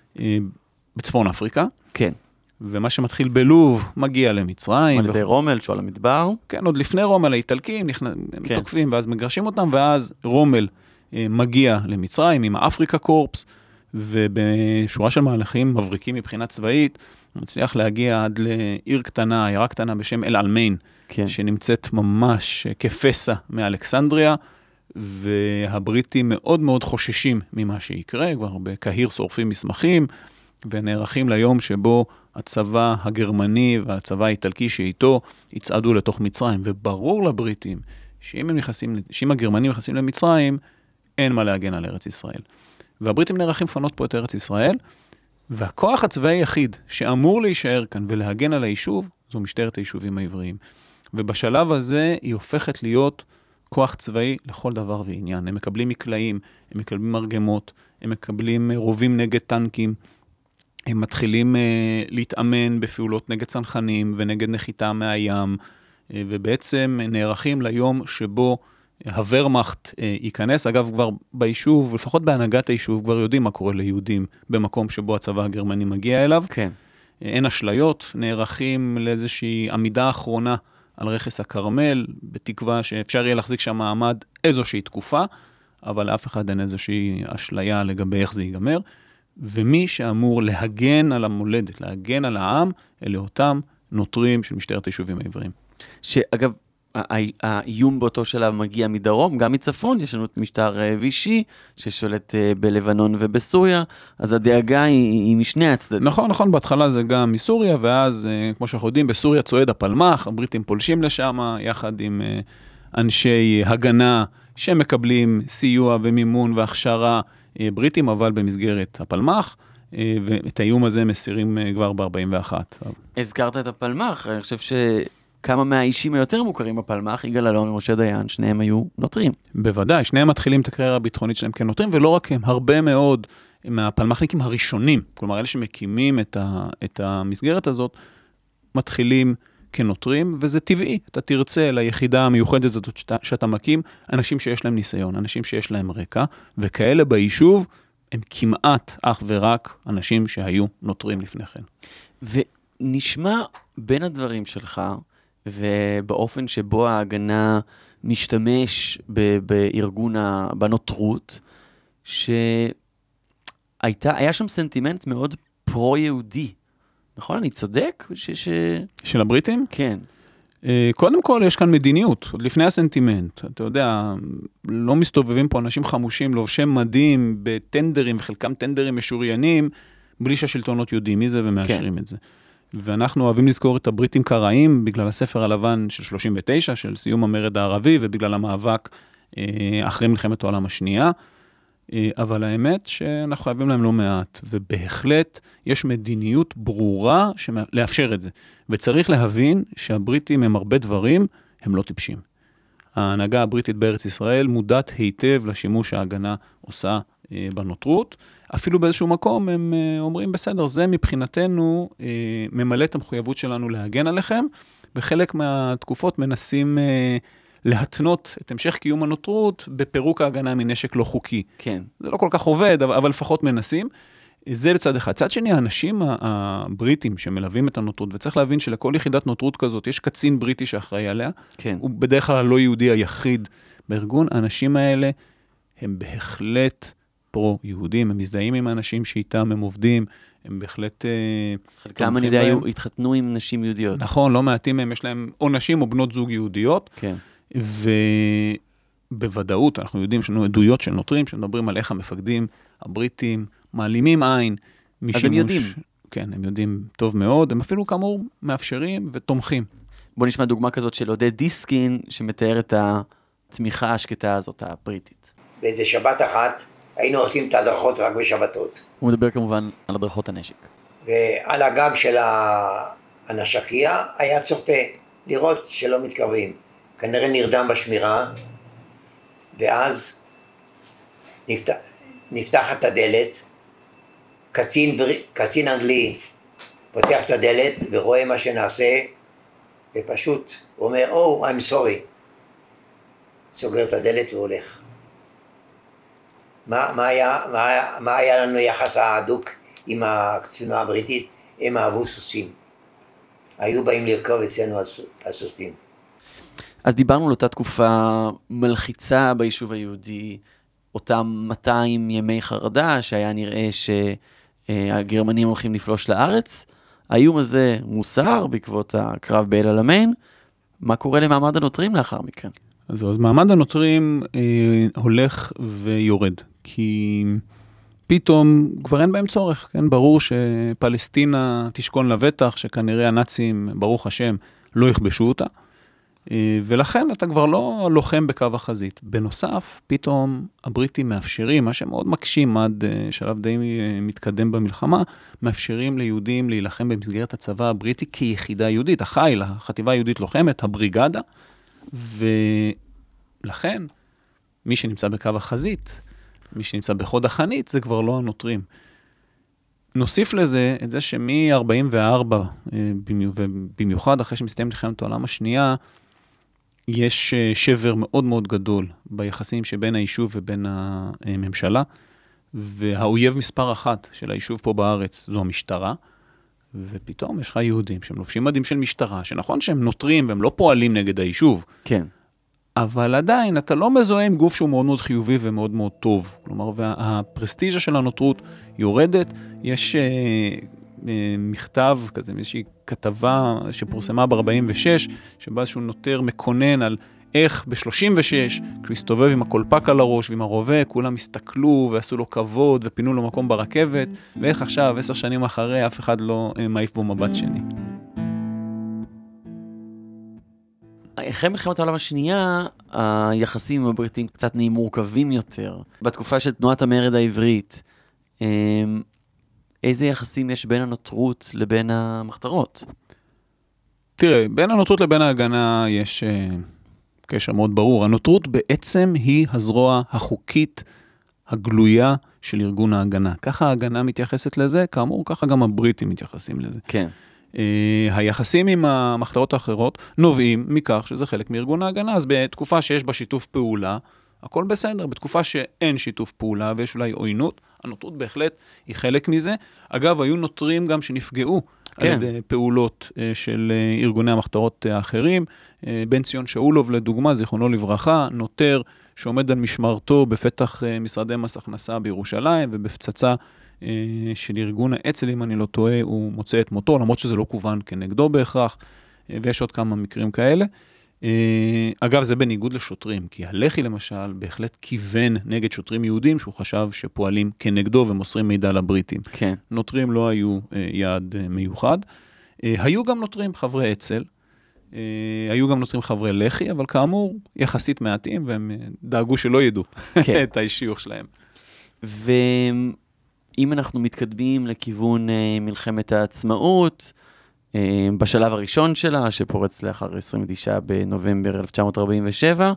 בצפון אפריקה. כן. ומה שמתחיל בלוב מגיע למצרים. על ידי רומל, שואל המדבר. כן, עוד לפני רומל האיטלקים תוקפים ואז מגרשים אותם, ואז רומל מגיע למצרים עם האפריקה קורפס, ובשורה של מהלכים מבריקים מבחינה צבאית, הוא מצליח להגיע עד לעיר קטנה, עיירה קטנה בשם אל-עלמיין, כן. שנמצאת ממש כפסע מאלכסנדריה, והבריטים מאוד מאוד חוששים ממה שיקרה, כבר בקהיר שורפים מסמכים, ונערכים ליום שבו הצבא הגרמני והצבא האיטלקי שאיתו יצעדו לתוך מצרים, וברור לבריטים שאם הגרמנים נכנסים למצרים, אין מה להגן על ארץ ישראל. והבריטים נערכים לפנות פה את ארץ ישראל, והכוח הצבאי היחיד שאמור להישאר כאן ולהגן על היישוב, זו משטרת היישובים העבריים. ובשלב הזה היא הופכת להיות כוח צבאי לכל דבר ועניין. הם מקבלים מקלעים, הם מקבלים מרגמות, הם מקבלים רובים נגד טנקים, הם מתחילים להתאמן בפעולות נגד צנחנים ונגד נחיתה מהים, ובעצם נערכים ליום שבו הוורמאכט ייכנס. אגב, כבר ביישוב, לפחות בהנהגת היישוב, כבר יודעים מה קורה ליהודים במקום שבו הצבא הגרמני מגיע אליו. כן. אין אשליות, נערכים לאיזושהי עמידה אחרונה על רכס הכרמל, בתקווה שאפשר יהיה להחזיק שם מעמד איזושהי תקופה, אבל לאף אחד אין איזושהי אשליה לגבי איך זה ייגמר. ומי שאמור להגן על המולדת, להגן על העם, אלה אותם נוטרים של משטרת היישובים העבריים. שאגב, האיום באותו שלב מגיע מדרום, גם מצפון, יש לנו את משטר וישי, ששולט בלבנון ובסוריה, אז הדאגה היא משני הצדדים. נכון, בהתחלה זה גם מסוריה, ואז, כמו שאנחנו יודעים, בסוריה צועד הפלמ"ח, הבריטים פולשים לשם, יחד עם אנשי הגנה, שמקבלים סיוע ומימון והכשרה בריטים, אבל במסגרת הפלמ"ח, ואת האיום הזה מסירים כבר ב-41. הזכרת את הפלמ"ח, אני חושב כמה מהאישים היותר מוכרים בפלמ"ח, יגאל אלון ומשה דיין, שניהם היו נוטרים. בוודאי, שניהם מתחילים את הקריירה הביטחונית שלהם כנוטרים, ולא רק הם, הרבה מאוד מהפלמ"חניקים הראשונים, כלומר, אלה שמקימים את המסגרת הזאת, מתחילים כנוטרים, וזה טבעי. אתה תרצה ליחידה המיוחדת הזאת שאתה מקים, אנשים שיש להם ניסיון, אנשים שיש להם רקע, וכאלה ביישוב, הם כמעט אך ורק אנשים שהיו נוטרים לפני כן. ונשמע בין הדברים שלך, ובאופן שבו ההגנה משתמש בארגון בנוטרות, שהיה שם סנטימנט מאוד פרו-יהודי. נכון? אני צודק? של הבריטים? כן. קודם כל, יש כאן מדיניות, עוד לפני הסנטימנט. אתה יודע, לא מסתובבים פה אנשים חמושים, לובשי מדים בטנדרים, וחלקם טנדרים משוריינים, בלי שהשלטונות יודעים מי זה ומאשרים את זה. ואנחנו אוהבים לזכור את הבריטים קראים, בגלל הספר הלבן של 39, של סיום המרד הערבי, ובגלל המאבק אחרי מלחמת העולם השנייה. אבל האמת שאנחנו חייבים להם לא מעט, ובהחלט יש מדיניות ברורה לאפשר את זה. וצריך להבין שהבריטים הם הרבה דברים, הם לא טיפשים. ההנהגה הבריטית בארץ ישראל מודעת היטב לשימוש שההגנה עושה בנוטרות. אפילו באיזשהו מקום הם אומרים, בסדר, זה מבחינתנו ממלא את המחויבות שלנו להגן עליכם, בחלק מהתקופות מנסים להתנות את המשך קיום הנוטרות בפירוק ההגנה מנשק לא חוקי. כן. זה לא כל כך עובד, אבל לפחות מנסים. זה לצד אחד. צד שני, האנשים הבריטים שמלווים את הנוטרות, וצריך להבין שלכל יחידת נוטרות כזאת, יש קצין בריטי שאחראי עליה, כן. הוא בדרך כלל לא יהודי היחיד בארגון. האנשים האלה הם בהחלט פרו-יהודים, הם מזדהים עם האנשים שאיתם הם עובדים, הם בהחלט... חלקם אני יודע, התחתנו עם נשים יהודיות. נכון, לא מעטים מהם, יש להם או נשים או בנות זוג יהודיות, כן. ובוודאות אנחנו יודעים שיש לנו עדויות של נוטרים, שמדברים על איך המפקדים הבריטים מעלימים עין משימוש. אז הם יודעים. כן, הם יודעים טוב מאוד, הם אפילו כאמור מאפשרים ותומכים. בוא נשמע דוגמה כזאת של עודד דיסקין, שמתאר את הצמיחה השקטה הזאת הבריטית. באיזה שבת אחת היינו עושים את ההדרכות רק בשבתות. הוא מדבר כמובן על הדרכות הנשק. ועל הגג של הנשקייה היה צופה לראות שלא מתקרבים. כנראה נרדם בשמירה, ואז נפתחת הדלת, קצין אנגלי פותח את הדלת ורואה מה שנעשה, ופשוט הוא אומר, Oh, I'm sorry. סוגר את הדלת והולך. מה היה לנו יחס ההדוק עם הקצינה הבריטית? הם אהבו סוסים. היו באים לרכוב אצלנו הסוסים. אז דיברנו על אותה תקופה מלחיצה ביישוב היהודי, אותם 200 ימי חרדה, שהיה נראה שהגרמנים הולכים לפלוש לארץ. האיום הזה מוסר בעקבות הקרב באל אלמיין. מה קורה למעמד הנוטרים לאחר מכן? אז מעמד הנוטרים הולך ויורד, כי פתאום כבר אין בהם צורך, כן? ברור שפלסטינה תשכון לבטח, שכנראה הנאצים, ברוך השם, לא יכבשו אותה, ולכן אתה כבר לא לוחם בקו החזית. בנוסף, פתאום הבריטים מאפשרים, מה שמאוד מקשים עד שלב די מתקדם במלחמה, מאפשרים ליהודים להילחם במסגרת הצבא הבריטי כיחידה יהודית, החיל, החטיבה היהודית לוחמת, הבריגדה, ולכן מי שנמצא בקו החזית, מי שנמצא בחוד החנית, זה כבר לא הנוטרים. נוסיף לזה את זה שמ-44, ובמיוחד אחרי שמסתיים מלחמת העולם השנייה, יש שבר מאוד מאוד גדול ביחסים שבין היישוב ובין הממשלה, והאויב מספר אחת של היישוב פה בארץ זו המשטרה, ופתאום יש לך יהודים שהם לובשים מדים של משטרה, שנכון שהם נוטרים והם לא פועלים נגד היישוב, כן. אבל עדיין אתה לא מזוהה עם גוף שהוא מאוד מאוד חיובי ומאוד מאוד טוב. כלומר, והפרסטיג'ה של הנוטרות יורדת. יש מכתב כזה, איזושהי כתבה שפורסמה ב-46, שבה איזשהו נוטר מקונן על איך ב-36, כשהוא הסתובב עם הקולפק על הראש ועם הרובה, כולם הסתכלו ועשו לו כבוד ופינו לו מקום ברכבת, ואיך עכשיו, 10 שנים אחרי, אף אחד לא מעיף בו מבט שני. אחרי מלחמת העולם השנייה, היחסים עם הבריטים קצת נהיים מורכבים יותר. בתקופה של תנועת המרד העברית, איזה יחסים יש בין הנוטרות לבין המחתרות? תראה, בין הנוטרות לבין ההגנה יש קשר מאוד ברור. הנוטרות בעצם היא הזרוע החוקית הגלויה של ארגון ההגנה. ככה ההגנה מתייחסת לזה, כאמור, ככה גם הבריטים מתייחסים לזה. כן. היחסים עם המחתרות האחרות נובעים מכך שזה חלק מארגון ההגנה, אז בתקופה שיש בה שיתוף פעולה, הכל בסדר. בתקופה שאין שיתוף פעולה ויש אולי עוינות, הנוטרות בהחלט היא חלק מזה. אגב, היו נוטרים גם שנפגעו על ידי פעולות של ארגוני המחתרות האחרים. בן ציון שאולוב לדוגמה, זיכרונו לברכה, נוטר שעומד על משמרתו בפתח משרדי מס הכנסה בירושלים, ובפצצה של ארגון האצ"ל, אם אני לא טועה, הוא מוצא את מותו, למרות שזה לא כוון כנגדו בהכרח, ויש עוד כמה מקרים כאלה. אגב, זה בניגוד לשוטרים, כי הלח"י למשל בהחלט כיוון נגד שוטרים יהודים, שהוא חשב שפועלים כנגדו ומוסרים מידע לבריטים. כן. נוטרים לא היו יעד מיוחד. היו גם נוטרים חברי אצ"ל, היו גם נוטרים חברי לח"י, אבל כאמור, יחסית מעטים, והם דאגו שלא ידעו את האישיות שלהם. ואם אנחנו מתקדמים לכיוון מלחמת העצמאות, בשלב הראשון שלה, שפורץ לאחר 29 בנובמבר 1947,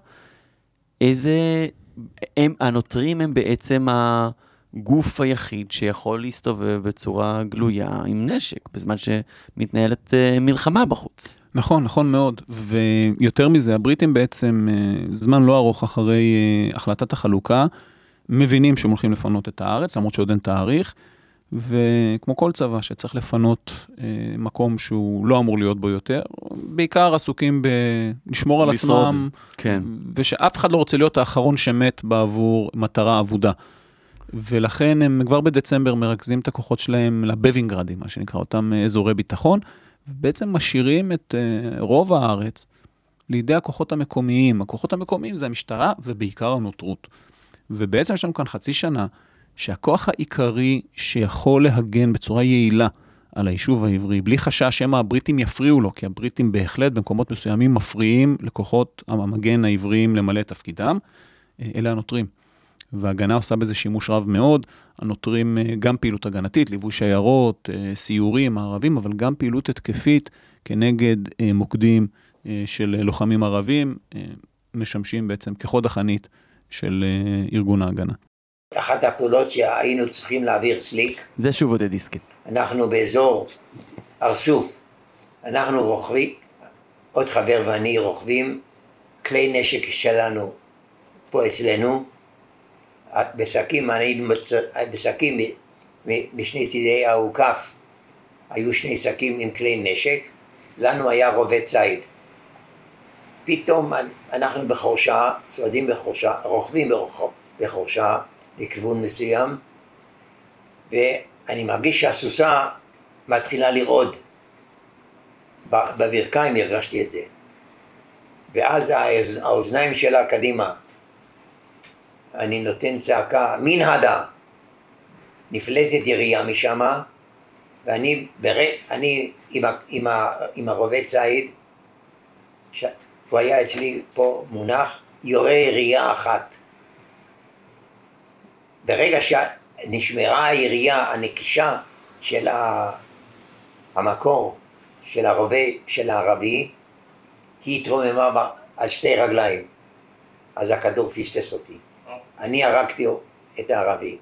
הנוטרים הם בעצם הגוף היחיד שיכול להסתובב בצורה גלויה עם נשק, בזמן שמתנהלת מלחמה בחוץ. נכון, נכון מאוד. ויותר מזה, הבריטים בעצם, זמן לא ארוך אחרי החלטת החלוקה, מבינים שהם הולכים לפנות את הארץ, למרות שעוד אין תאריך, וכמו כל צבא שצריך לפנות מקום שהוא לא אמור להיות בו יותר, בעיקר עסוקים לשמור על עצמם, כן. ושאף אחד לא רוצה להיות האחרון שמת בעבור מטרה עבודה. ולכן הם כבר בדצמבר מרכזים את הכוחות שלהם לבווינגרדים, מה שנקרא אותם אזורי ביטחון, ובעצם משאירים את רוב הארץ לידי הכוחות המקומיים. הכוחות המקומיים זה המשטרה ובעיקר הנוטרות. ובעצם יש לנו כאן חצי שנה שהכוח העיקרי שיכול להגן בצורה יעילה על היישוב העברי, בלי חשש שמה הבריטים יפריעו לו, כי הבריטים בהחלט במקומות מסוימים מפריעים לכוחות המגן העבריים למלא את תפקידם, אלה הנוטרים. וההגנה עושה בזה שימוש רב מאוד, הנוטרים גם פעילות הגנתית, ליווי שיירות, סיורים, ערבים, אבל גם פעילות התקפית כנגד מוקדים של לוחמים ערבים, משמשים בעצם כחוד החנית של ארגון ההגנה. אחת הפעולות שהיינו צריכים להעביר סליק. זה שוב עוד דיסקט. אנחנו באזור ארסוף, אנחנו רוכבים, עוד חבר ואני רוכבים, כלי נשק שלנו פה אצלנו, בשקים, בשקים משני צידי העוקף, היו שני שקים עם כלי נשק, לנו היה רובה ציד. פתאום אנחנו בחורשה, צועדים בחורשה, רוכבים בחורשה לכיוון מסוים, ואני מרגיש שהסוסה מתחילה לרעוד. בברכיים הרגשתי את זה. ואז האוזניים שלה קדימה. אני נותן צעקה, מין הדה. נפלטת ירייה משם, ואני עם הרובה ציד, הוא היה אצלי פה מונח, יורה ירייה אחת. ברגע שנשמרה הירייה, הנקישה של המקור של הרובה של הערבי, היא התרוממה על שתי רגליים. אז הכדור פספס אותי. אני הרגתי את הערבי.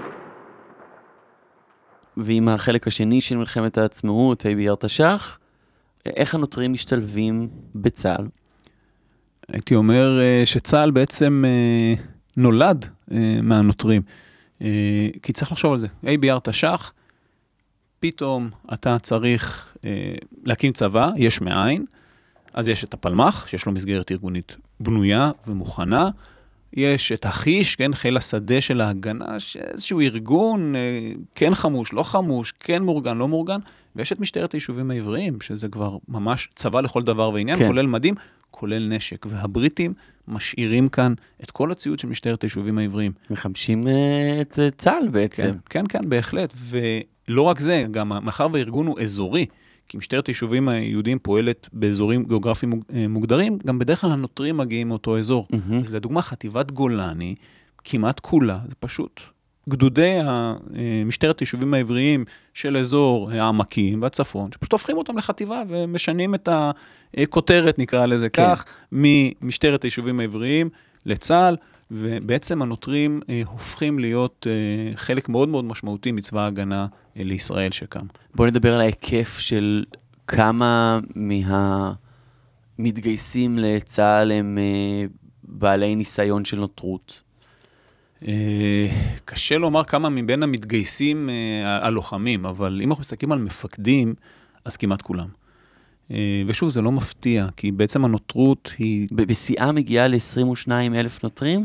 ועם החלק השני של מלחמת העצמאות, ה' באייר תש"ח, איך הנוטרים משתלבים בצה"ל? הייתי אומר שצה"ל בעצם נולד מהנוטרים. כי צריך לחשוב על זה. ה' באייר תש"ח, פתאום אתה צריך להקים צבא, יש מאין, אז יש את הפלמ"ח, שיש לו מסגרת ארגונית בנויה ומוכנה, יש את החיש, כן, חיל השדה של ההגנה, שאיזשהו ארגון, כן חמוש, לא חמוש, כן מאורגן, לא מאורגן, ויש את משטרת היישובים העבריים, שזה כבר ממש צבא לכל דבר ועניין, כן. כולל מדים, כולל נשק, והבריטים משאירים כאן את כל הציוד של משטרת היישובים העבריים. מחמשים את צה"ל בעצם. כן, כן, כן, בהחלט, ולא רק זה, גם מאחר והארגון הוא אזורי, כי משטרת היישובים היהודיים פועלת באזורים גיאוגרפיים מוגדרים, גם בדרך כלל הנוטרים מגיעים מאותו אזור. אז לדוגמה, חטיבת גולני, כמעט כולה, זה פשוט גדודי משטרת היישובים העבריים של אזור העמקים והצפון, שפשוט הופכים אותם לחטיבה ומשנים את הכותרת, נקרא לזה כך, ממשטרת היישובים העבריים לצה"ל, ובעצם הנוטרים הופכים להיות חלק מאוד מאוד משמעותי מצבא ההגנה לישראל שקם. בואו נדבר על ההיקף של כמה מהמתגייסים לצה"ל הם בעלי ניסיון של נוטרות. קשה לומר כמה מבין המתגייסים הלוחמים, אבל אם אנחנו מסתכלים על מפקדים, אז כמעט כולם. ושוב, זה לא מפתיע, כי בעצם הנוטרות היא... בשיאה מגיעה ל-22,000 נוטרים?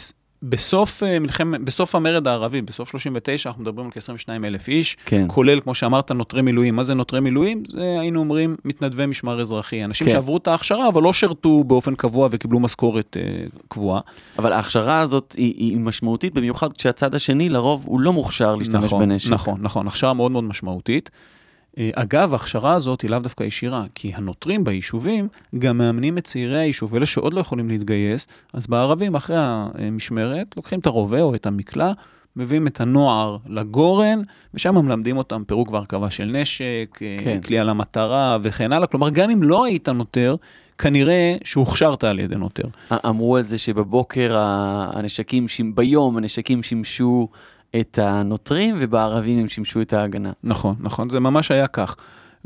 בסוף המרד הערבי, בסוף 39, אנחנו מדברים על כ-22,000 איש, כן. כולל, כמו שאמרת, נוטרי מילואים. מה זה נוטרי מילואים? זה היינו אומרים מתנדבי משמר אזרחי. אנשים כן. שעברו את ההכשרה, אבל לא שרתו באופן קבוע וקיבלו משכורת קבועה. אבל ההכשרה הזאת היא משמעותית, במיוחד כשהצד השני לרוב הוא לא מוכשר להשתמש בנשק. נכון, הכשרה מאוד מאוד משמעותית. אגב, ההכשרה הזאת היא לאו דווקא ישירה, כי הנוטרים ביישובים גם מאמנים את צעירי היישוב, אלה שעוד לא יכולים להתגייס, אז בערבים אחרי המשמרת לוקחים את הרובה או את המקלע, מביאים את הנוער לגורן, ושם מלמדים אותם פירוק והרכבה של נשק, כלי על המטרה וכן הלאה. כלומר, גם אם לא היית נוטר, כנראה שהוכשרת על ידי נוטר. אמרו על זה שבבוקר ביום הנשקים שימשו את הנוטרים, ובערבים הם שימשו את ההגנה. נכון, נכון, זה ממש היה כך.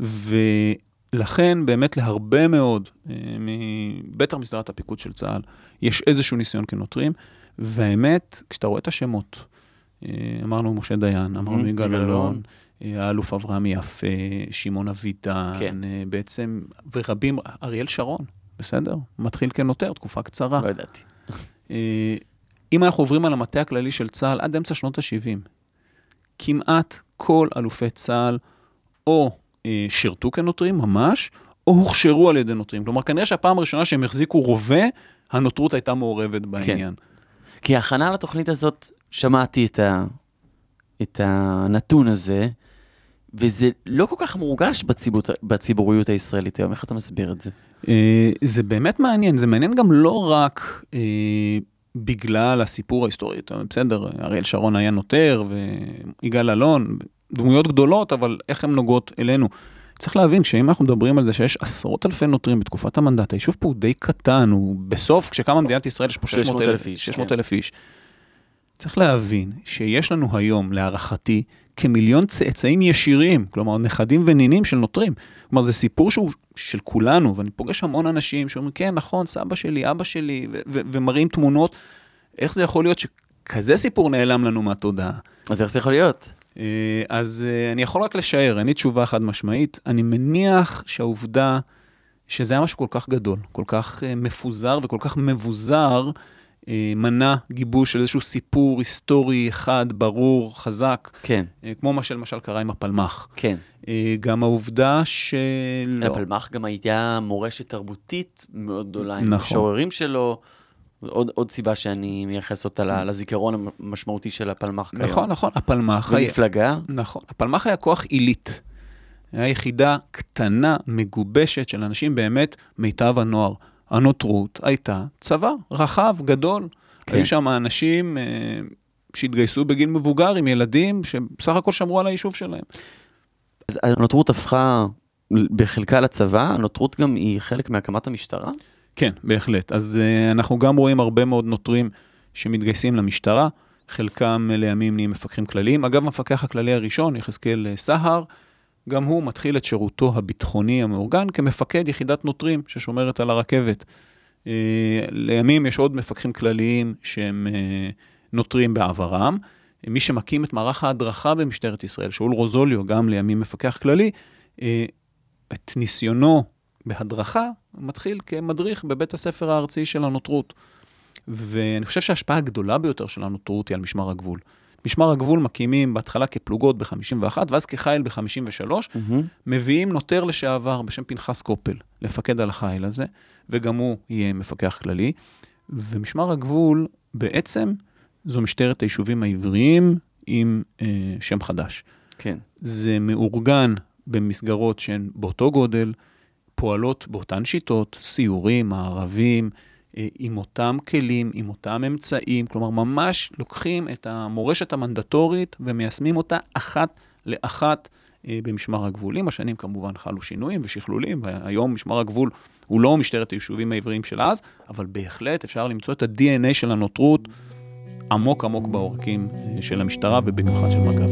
ולכן באמת להרבה מאוד, בטח מסדרת הפיקוד של צה"ל, יש איזשהו ניסיון כנוטרים, והאמת, כשאתה רואה את השמות, אמרנו משה דיין, אמרנו יגאל אלון, האלוף אברהם יפה, שמעון אביטן, בעצם, ורבים, אריאל שרון, בסדר? מתחיל כנוטר, תקופה קצרה. לא ידעתי. אם אנחנו עוברים על המטה הכללי של צה"ל, עד אמצע שנות ה-70, כמעט כל אלופי צה"ל, או שירתו כנוטרים ממש, או הוכשרו על ידי נוטרים. כלומר, כנראה שהפעם הראשונה שהם החזיקו רובה, הנוטרות הייתה מעורבת בעניין. כי ההכנה לתוכנית הזאת, שמעתי את הנתון הזה, וזה לא כל כך מורגש בציבוריות הישראלית היום. איך אתה מסביר את זה? זה באמת מעניין. זה מעניין גם לא רק בגלל הסיפור ההיסטורי. בסדר, אריאל שרון היה נוטר, ויגאל אלון, דמויות גדולות, אבל איך הן נוגעות אלינו? צריך להבין שאם אנחנו מדברים על זה שיש עשרות אלפי נוטרים בתקופת המנדט, היישוב פה הוא די קטן, הוא בסוף, כשקמה מדינת ישראל יש פה 600,000 איש. צריך להבין שיש לנו היום, להערכתי, כמיליון צאצאים ישירים, כלומר נכדים ונינים של נוטרים. כלומר, זה סיפור שהוא של כולנו, ואני פוגש המון אנשים שאומרים, כן, נכון, סבא שלי, אבא שלי, ומראים תמונות. איך זה יכול להיות שכזה סיפור נעלם לנו מהתודעה? אז איך זה יכול להיות? אז אני יכול רק לשער, אין לי תשובה חד משמעית. אני מניח שהעובדה שזה היה משהו כל כך גדול, כל כך מפוזר וכל כך מבוזר, מנע גיבוש של איזשהו סיפור היסטורי אחד, ברור, חזק. כן. כמו מה שלמשל קרה עם הפלמ"ח. כן. גם העובדה שלא... הפלמ"ח גם הייתה מורשת תרבותית מאוד גדולה, עם המשוררים שלו. עוד סיבה שאני מייחס אותה לזיכרון המשמעותי של הפלמ"ח כיום. נכון, נכון. הפלמ"ח היה... במפלגה. נכון. הפלמ"ח היה כוח עילית. היה יחידה קטנה, מגובשת של אנשים באמת מיטב הנוער. הנוטרות הייתה צבא, רחב, גדול. היו שם אנשים שהתגייסו בגיל מבוגר עם ילדים שבסך הכל שמרו על היישוב שלהם. אז הנוטרות הפכה בחלקה לצבא, הנוטרות גם היא חלק מהקמת המשטרה? כן, בהחלט. אז אנחנו גם רואים הרבה מאוד נוטרים שמתגייסים למשטרה, חלקם לימים נהיים מפקחים כלליים. אגב, המפקח הכללי הראשון, יחזקאל סהר, גם הוא מתחיל את שירותו הביטחוני המאורגן כמפקד יחידת נוטרים ששומרת על הרכבת. לימים יש עוד מפקחים כלליים שהם נוטרים בעברם. מי שמקים את מערך ההדרכה במשטרת ישראל, שאול רוזוליו, גם לימים מפקח כללי, את ניסיונו בהדרכה מתחיל כמדריך בבית הספר הארצי של הנוטרות. ואני חושב שההשפעה הגדולה ביותר של הנוטרות היא על משמר הגבול. משמר הגבול מקימים בהתחלה כפלוגות ב-51, ואז כחיל ב-53, מביאים נוטר לשעבר בשם פנחס קופל, לפקד על החיל הזה, וגם הוא יהיה מפקח כללי, ומשמר הגבול בעצם זו משטרת היישובים העבריים עם שם חדש. כן. זה מאורגן במסגרות שהן באותו גודל, פועלות באותן שיטות, סיורים, מערבים, עם אותם כלים, עם אותם אמצעים, כלומר ממש לוקחים את המורשת המנדטורית ומיישמים אותה אחת לאחת במשמר הגבול. עם השנים כמובן חלו שינויים ושכלולים, והיום משמר הגבול הוא לא משטרת היישובים העבריים של אז, אבל בהחלט אפשר למצוא את ה-DNA של הנוטרות עמוק עמוק בעורקים של המשטרה ובמיוחד של מג"ב.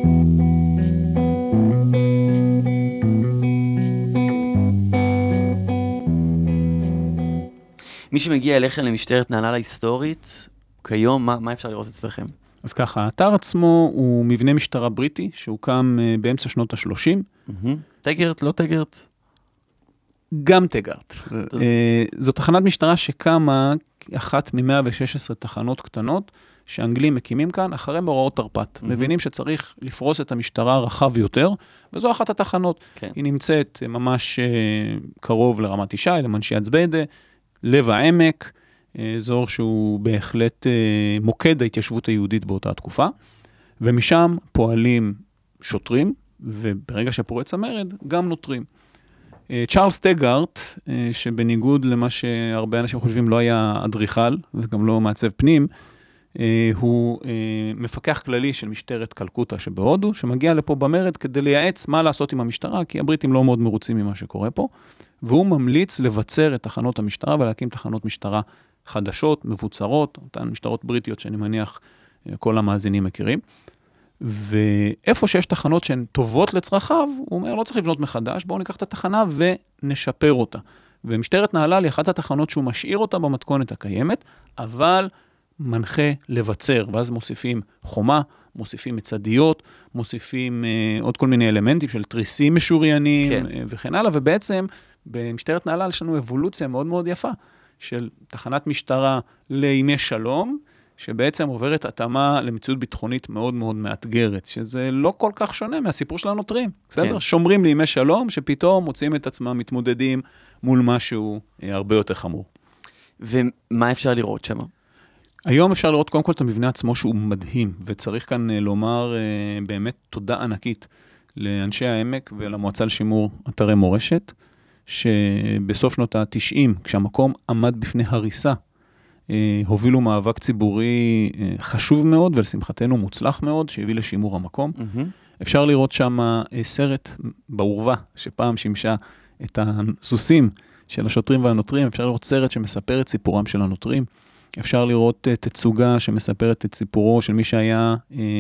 מי שמגיע אליכם למשטרת נהלל ההיסטורית, כיום, מה אפשר לראות אצלכם? אז ככה, האתר עצמו הוא מבנה משטרה בריטי, שהוקם באמצע שנות ה-30. טגרט, לא טגרט? גם טגרט. זו תחנת משטרה שקמה אחת מ-116 תחנות קטנות, שאנגלים מקימים כאן אחרי מאורעות תרפ"ט. מבינים שצריך לפרוס את המשטרה רחב יותר, וזו אחת התחנות. היא נמצאת ממש קרוב לרמת ישי, למנשיית זביידה, לב העמק, אזור שהוא בהחלט מוקד ההתיישבות היהודית באותה תקופה, ומשם פועלים שוטרים, וברגע שפורץ המרד, גם נוטרים. צ'ארלס טגארט, שבניגוד למה שהרבה אנשים חושבים לא היה אדריכל, וגם לא מעצב פנים, הוא מפקח כללי של משטרת קלקוטה שבהודו, שמגיע לפה במרד כדי לייעץ מה לעשות עם המשטרה, כי הבריטים לא מאוד מרוצים ממה שקורה פה, והוא ממליץ לבצר את תחנות המשטרה ולהקים תחנות משטרה חדשות, מבוצרות, אותן משטרות בריטיות שאני מניח כל המאזינים מכירים, ואיפה שיש תחנות שהן טובות לצרכיו, הוא אומר, לא צריך לבנות מחדש, בואו ניקח את התחנה ונשפר אותה. ומשטרת נהלל היא אחת התחנות שהוא משאיר אותה במתכונת הקיימת, אבל מנחה לבצר, ואז מוסיפים חומה, מוסיפים מצדיות, מוסיפים עוד כל מיני אלמנטים של תריסים משוריינים, כן. וכן הלאה, ובעצם במשטרת נהלל יש לנו אבולוציה מאוד מאוד יפה, של תחנת משטרה לימי שלום, שבעצם עוברת התאמה למציאות ביטחונית מאוד מאוד מאתגרת, שזה לא כל כך שונה מהסיפור של הנוטרים, בסדר? כן. שומרים לימי שלום, שפתאום מוצאים את עצמם מתמודדים מול משהו הרבה יותר חמור. ומה אפשר לראות שם? היום אפשר לראות קודם כל את המבנה עצמו שהוא מדהים, וצריך כאן לומר באמת תודה ענקית לאנשי העמק ולמועצה לשימור אתרי מורשת, שבסוף שנות ה-90, כשהמקום עמד בפני הריסה, הובילו מאבק ציבורי חשוב מאוד, ולשמחתנו מוצלח מאוד, שהביא לשימור המקום. אפשר לראות שם סרט בעורבה, שפעם שימשה את הסוסים של השוטרים והנוטרים, אפשר לראות סרט שמספר את סיפורם של הנוטרים, אפשר לראות תצוגה שמספרת את סיפורו של מי שהיה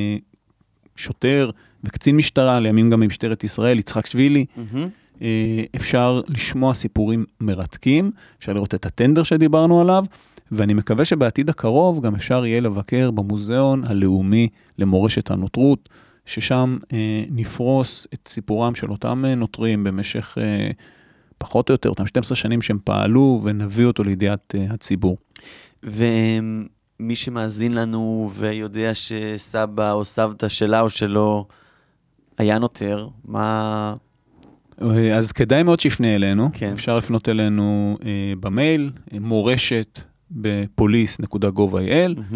שוטר וקצין משטרה, לימים גם במשטרת ישראל, יצחק שבילי. אפשר לשמוע סיפורים מרתקים, אפשר לראות את הטנדר שדיברנו עליו, ואני מקווה שבעתיד הקרוב גם אפשר יהיה לבקר במוזיאון הלאומי למורשת הנוטרות, ששם נפרוס את סיפורם של אותם נוטרים במשך פחות או יותר, אותם 12 שנים שהם פעלו, ונביא אותו לידיעת הציבור. ומי שמאזין לנו ויודע שסבא או סבתא שלה או שלו היה נוטר, מה... אז כדאי מאוד שיפנה אלינו, כן. אפשר לפנות אלינו במייל, מורשת בפוליס.gov.il,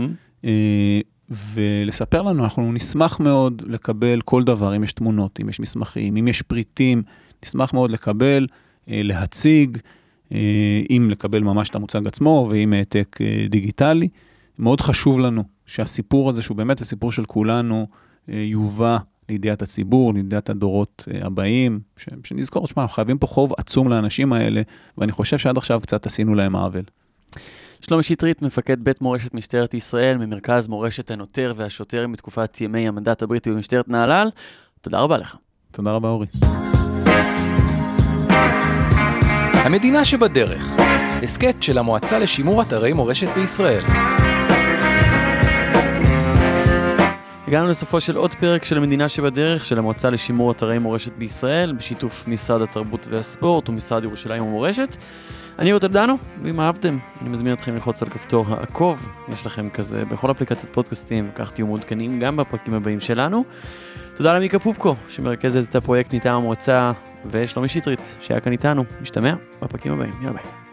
ולספר לנו, אנחנו נשמח מאוד לקבל כל דבר, אם יש תמונות, אם יש מסמכים, אם יש פריטים, נשמח מאוד לקבל, להציג, אם לקבל ממש את המוצג עצמו, ואם העתק דיגיטלי. מאוד חשוב לנו שהסיפור הזה, שהוא באמת הסיפור של כולנו, יובא לידיעת הציבור, לידיעת הדורות הבאים, שנזכור, אנחנו חייבים פה חוב עצום לאנשים האלה, ואני חושב שעד עכשיו קצת עשינו להם עוול. שלומי שטרית, מפקד בית מורשת משטרת ישראל, ממרכז מורשת הנוטר והשוטר מתקופת ימי המנדט הבריטי במשטרת נהלל. תודה רבה לך. תודה רבה, אורי. המדינה שבדרך, הסקט של המועצה לשימור אתרי מורשת בישראל. הגענו לסופו של עוד פרק של המדינה שבדרך של המועצה לשימור אתרי מורשת בישראל, בשיתוף משרד התרבות והספורט ומשרד ירושלים ומורשת. אני רותם דנו, ואם אהבתם, אני מזמין אתכם ללחוץ על כפתור העקוב, יש לכם כזה בכל אפליקציית פודקאסטים, וכך תהיו מעודכנים גם בפרקים הבאים שלנו. תודה למיקה פופקו, שמרכזת את הפרויקט מטעם המועצה, ושלומי שטרית, שהיה כאן איתנו. נשתמע בפרקים הבאים. יאללה ביי.